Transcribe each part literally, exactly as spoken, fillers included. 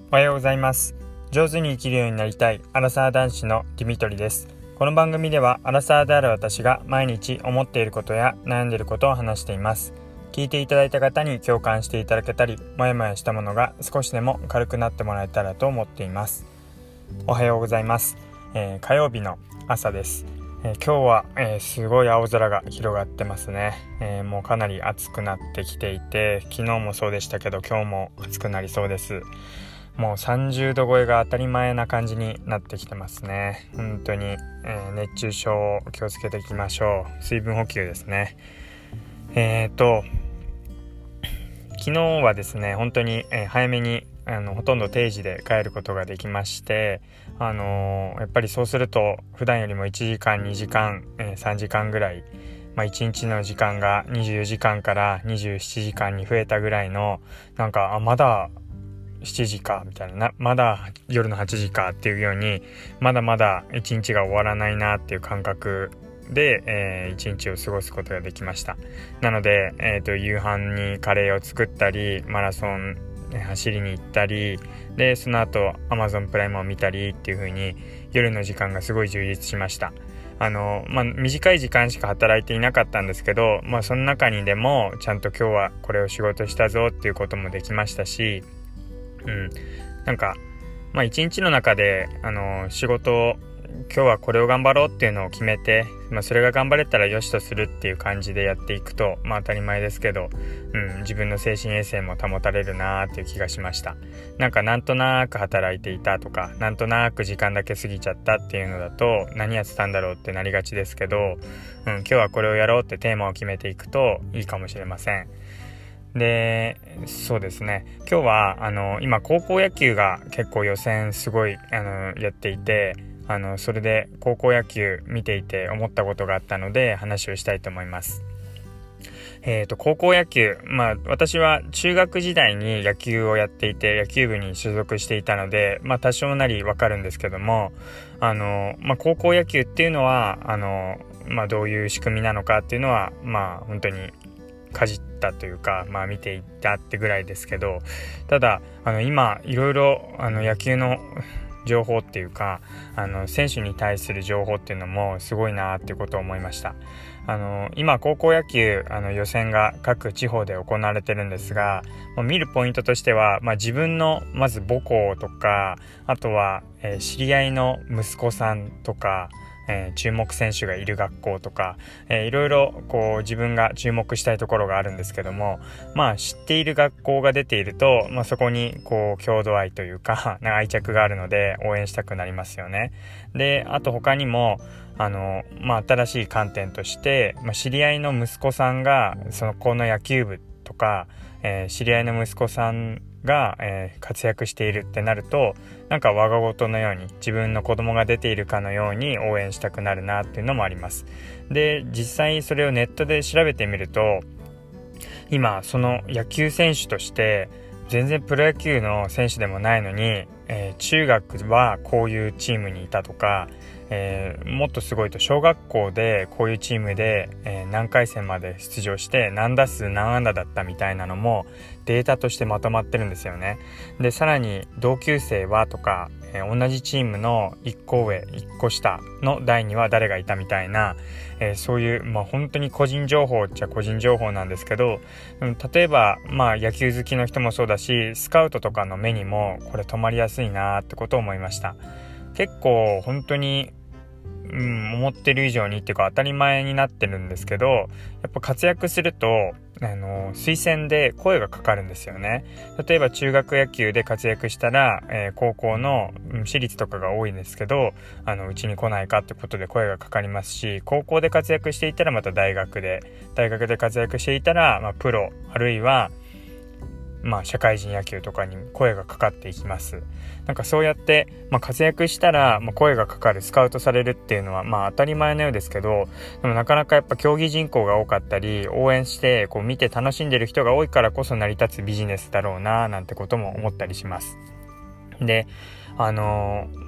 おはようございます。上手に生きるようになりたいアラサー男子のディミトリです。この番組ではアラサーである私が毎日思っていることや悩んでいることを話しています。聞いていただいた方に共感していただけたり、もやもやしたものが少しでも軽くなってもらえたらと思っています。おはようございます。えー、火曜日の朝です。えー、今日は、えー、すごい青空が広がってますね。えー、もうかなり暑くなってきていて、昨日もそうでしたけど今日も暑くなりそうです。もうさんじゅうど超えが当たり前な感じになってきてますね。本当に、えー、熱中症気をつけていきましょう。水分補給ですね。えーと昨日はですね本当に、えー、早めにあのほとんど定時で帰ることができまして、あのー、やっぱりそうすると普段よりもいちじかんにじかん、えー、さんじかんぐらい、まあ、いちにちの時間がにじゅうよじかんからにじゅうななじかんに増えたぐらいの、なんかあまだしちじかみたいな、まだ夜のはちじかっていうように、まだまだいちにちが終わらないなっていう感覚で、えー、いちにちを過ごすことができました。なので、えーと、夕飯にカレーを作ったり、マラソン走りに行ったりで、その後 Amazon プライムを見たりっていう風に夜の時間がすごい充実しました。あの、まあ、短い時間しか働いていなかったんですけど、まあ、その中にでもちゃんと今日はこれを仕事したぞっていうこともできましたし、うん、なんか、まあ、一日の中であの仕事を今日はこれを頑張ろうっていうのを決めて、まあ、それが頑張れたらよしとするっていう感じでやっていくと、まあ、当たり前ですけど、うん、自分の精神衛生も保たれるなーっていう気がしました。なんかなんとなく働いていたとか、なんとなく時間だけ過ぎちゃったっていうのだと、何やってたんだろうってなりがちですけど、うん、今日はこれをやろうってテーマを決めていくといいかもしれません。で、そうですね、今日はあの今高校野球が結構予選すごいあのやっていて、あのそれで高校野球見ていて思ったことがあったので話をしたいと思います。えーと高校野球、まあ私は中学時代に野球をやっていて野球部に所属していたので、まあ多少なりわかるんですけども、あの、まあ、高校野球っていうのはあの、まあ、どういう仕組みなのかっていうのはまあ本当にかじったというか、まあ見ていったってぐらいですけど、ただあの今いろいろあの野球の情報っていうか、あの選手に対する情報っていうのもすごいなっていうことを思いました。あの今高校野球あの予選が各地方で行われてるんですが、見るポイントとしては、まあ、自分のまず母校とか、あとは、えー、知り合いの息子さんとか、えー、注目選手がいる学校とか、えー、いろいろこう自分が注目したいところがあるんですけども、まあ知っている学校が出ていると、まあ、そこにこう郷土愛というか愛着があるので応援したくなりますよね。で、あと他にもあの、まあ、新しい観点として、まあ、知り合いの息子さんがその子の野球部とか、えー、知り合いの息子さんが、えー、活躍しているってなると、なんか我が事のように自分の子供が出ているかのように応援したくなるなっていうのもあります。で、実際それをネットで調べてみると、今その野球選手として全然プロ野球の選手でもないのに、えー、中学はこういうチームにいたとか、えー、もっとすごいと小学校でこういうチームで、えー、何回戦まで出場して何打数何安打だったみたいなのもデータとしてまとまってるんですよね。で、さらに同級生はとか、えー、同じチームのいっこ上いっこ下の代には誰がいたみたいな、えー、そういう、まあ、本当に個人情報っちゃ個人情報なんですけど、うん、例えば、まあ、野球好きの人もそうだしスカウトとかの目にもこれ止まりやすいなってことを思いました。結構本当にうん、思ってる以上にっていうか当たり前になってるんですけど、やっぱ活躍するとあの推薦で声がかかるんですよね。例えば中学野球で活躍したら、えー、高校の私立とかが多いんですけど、あのうちに来ないかってことで声がかかりますし、高校で活躍していたらまた大学で大学で活躍していたら、まあ、プロあるいはまあ、社会人野球とかに声がかかっていきます。なんかそうやって、まあ、活躍したら、まあ、声がかかる、スカウトされるっていうのはまあ当たり前のようですけど、でもなかなかやっぱ競技人口が多かったり応援してこう見て楽しんでる人が多いからこそ成り立つビジネスだろうななんてことも思ったりします。で、あのー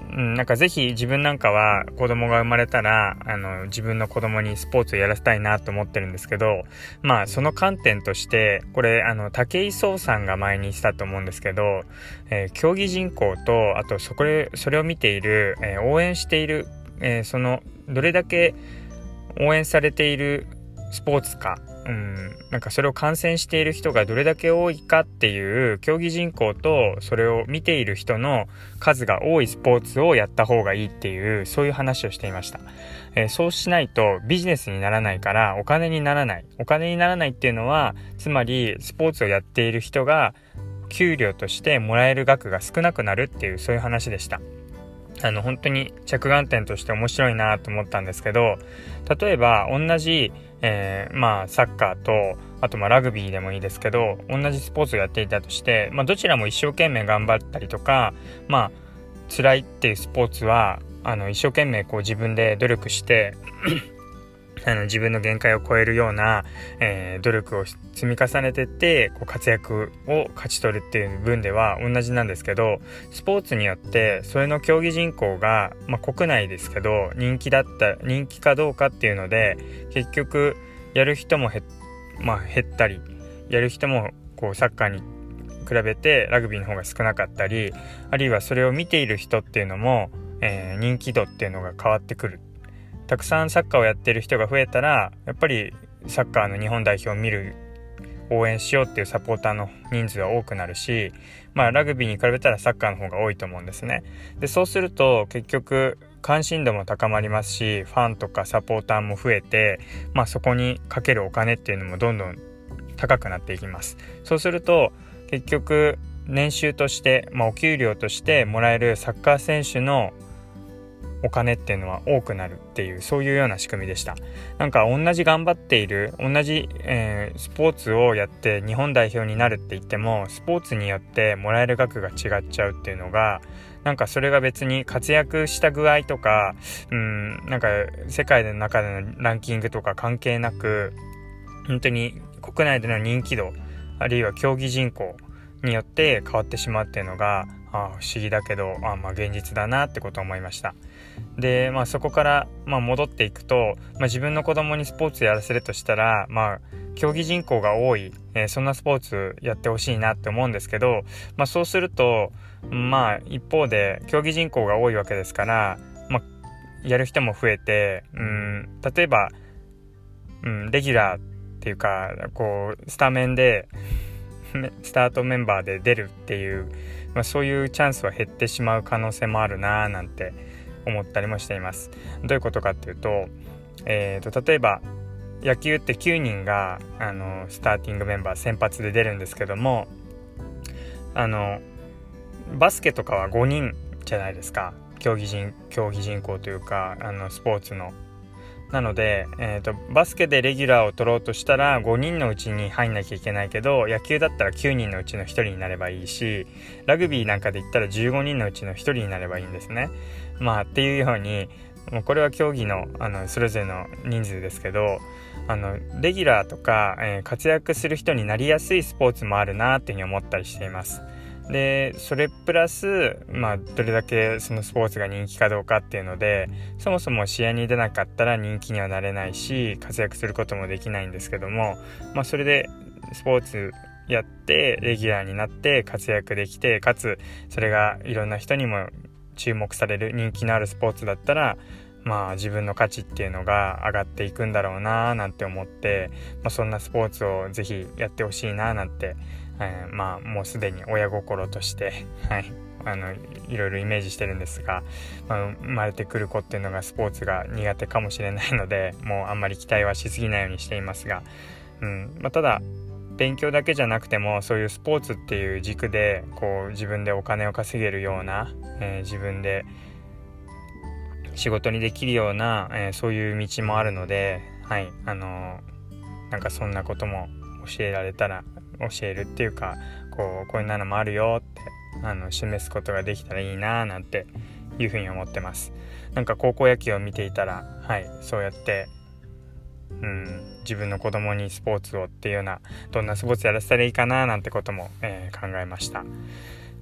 うん、なんかぜひ自分なんかは子供が生まれたらあの自分の子供にスポーツをやらせたいなと思ってるんですけど、まあその観点としてこれあの武井壮さんが前にしたと思うんですけど、えー、競技人口とあとそこでそれを見ている、えー、応援している、えー、そのどれだけ応援されているスポーツか、うん、なんかそれを観戦している人がどれだけ多いかっていう競技人口とそれを見ている人の数が多いスポーツをやった方がいいっていうそういう話をしていました。えー、そうしないとビジネスにならないからお金にならないお金にならないっていうのはつまりスポーツをやっている人が給料としてもらえる額が少なくなるっていうそういう話でした。あの本当に着眼点として面白いなと思ったんですけど、例えば同じ、えー、まあサッカーとあとまあラグビーでもいいですけど同じスポーツをやっていたとして、まあ、どちらも一生懸命頑張ったりとかまあ辛いっていうスポーツはあの一生懸命こう自分で努力してあの自分の限界を超えるような、えー、努力を積み重ねてってこう活躍を勝ち取るっていう分では同じなんですけど、スポーツによってそれの競技人口が、まあ、国内ですけど人気だった人気かどうかっていうので結局やる人も減、まあ、減ったりやる人もこうサッカーに比べてラグビーの方が少なかったり、あるいはそれを見ている人っていうのも、えー、人気度っていうのが変わってくる。たくさんサッカーをやってる人が増えたらやっぱりサッカーの日本代表を見る応援しようっていうサポーターの人数は多くなるし、まあラグビーに比べたらサッカーの方が多いと思うんですね。でそうすると結局関心度も高まりますしファンとかサポーターも増えて、まあそこにかけるお金っていうのもどんどん高くなっていきます。そうすると結局年収として、まあ、お給料としてもらえるサッカー選手のお金っていうのは多くなるっていうそういうような仕組みでした。なんか同じ頑張っている同じ、えー、スポーツをやって日本代表になるって言ってもスポーツによってもらえる額が違っちゃうっていうのがなんかそれが別に活躍した具合とかうんなんか世界の中でのランキングとか関係なく本当に国内での人気度あるいは競技人口によって変わってしまうっていうのがあ不思議だけどあまあ現実だなってことを思いました。で、まあ、そこから、まあ、戻っていくと、まあ、自分の子供にスポーツやらせるとしたら、まあ、競技人口が多い、えー、そんなスポーツやってほしいなって思うんですけど、まあ、そうすると、まあ、一方で競技人口が多いわけですから、まあ、やる人も増えて、うん、例えば、うん、レギュラーっていうかこうスタメンでスタートメンバーで出るっていう、まあ、そういうチャンスは減ってしまう可能性もあるななんて思ったりもしています。どういうことかっていうと、えーと例えば野球ってきゅうにんがあのスターティングメンバー先発で出るんですけども、あのバスケとかはごにんじゃないですか、競技人競技人口というかあのスポーツのなので、えーと、バスケでレギュラーを取ろうとしたらごにんのうちに入んなきゃいけないけど野球だったらきゅうにんのうちのひとりになればいいし、ラグビーなんかで言ったらじゅうごにんのうちのひとりになればいいんですね。まあっていうようにもうこれは競技 の, あのそれぞれの人数ですけど、あのレギュラーとか、えー、活躍する人になりやすいスポーツもあるなっていうふうに思ったりしています。でそれプラス、まあ、どれだけそのスポーツが人気かどうかっていうので、そもそも試合に出なかったら人気にはなれないし活躍することもできないんですけども、まあ、それでスポーツやってレギュラーになって活躍できて、かつそれがいろんな人にも注目される人気のあるスポーツだったら、まあ自分の価値っていうのが上がっていくんだろうななんて思って、まあ、そんなスポーツをぜひやってほしいななんて、えー、まあもうすでに親心としてはいあのいろいろイメージしてるんですが、まあ、生まれてくる子っていうのがスポーツが苦手かもしれないので、もうあんまり期待はしすぎないようにしていますが、うんまあ、ただ勉強だけじゃなくてもそういうスポーツっていう軸でこう自分でお金を稼げるような、えー、自分で仕事にできるような、えー、そういう道もあるので、はいあのー、なんかそんなことも教えられたら教えるっていうかこうこういうのもあるよってあの示すことができたらいいななんていうふうに思ってます。なんか高校野球を見ていたら、はい、そうやってうん、自分の子供にスポーツをっていうようなどんなスポーツやらせたらいいかななんてことも、えー、考えました。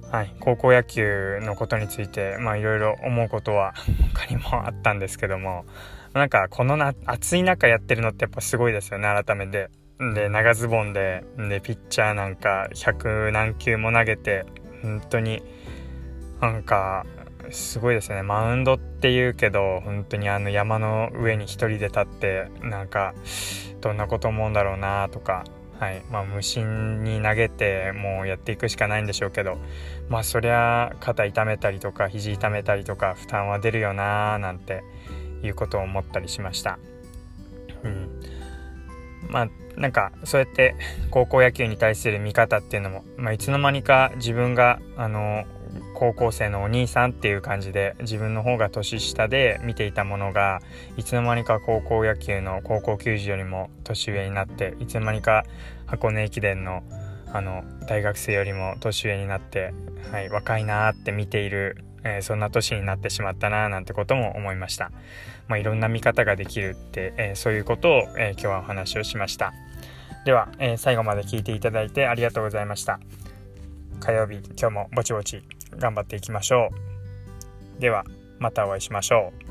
はい、高校野球のことについてまあいろいろ思うことは他にもあったんですけども、なんかこのな暑い中やってるのってやっぱすごいですよね。改めてで長ズボンででピッチャーなんかひゃく何球も投げて、本当になんかすごいですね。マウンドっていうけど本当にあの山の上に一人で立ってなんかどんなこと思うんだろうなとか、はいまあ、無心に投げてもうやっていくしかないんでしょうけど、まあそりゃ肩痛めたりとか肘痛めたりとか負担は出るよななんていうことを思ったりしました。うん、まあなんかそうやって高校野球に対する見方っていうのも、まあ、いつの間にか自分があの高校生のお兄さんっていう感じで自分の方が年下で見ていたものがいつの間にか高校野球の高校球児よりも年上になって、いつの間にか箱根駅伝のあの大学生よりも年上になって、はい、若いなって見ている、えー、そんな年になってしまったななんてことも思いました。まあ、いろんな見方ができるって、えー、そういうことを、えー、今日はお話をしました。では、えー、最後まで聞いていただいてありがとうございました。火曜日今日もぼちぼち頑張っていきましょう。ではまたお会いしましょう。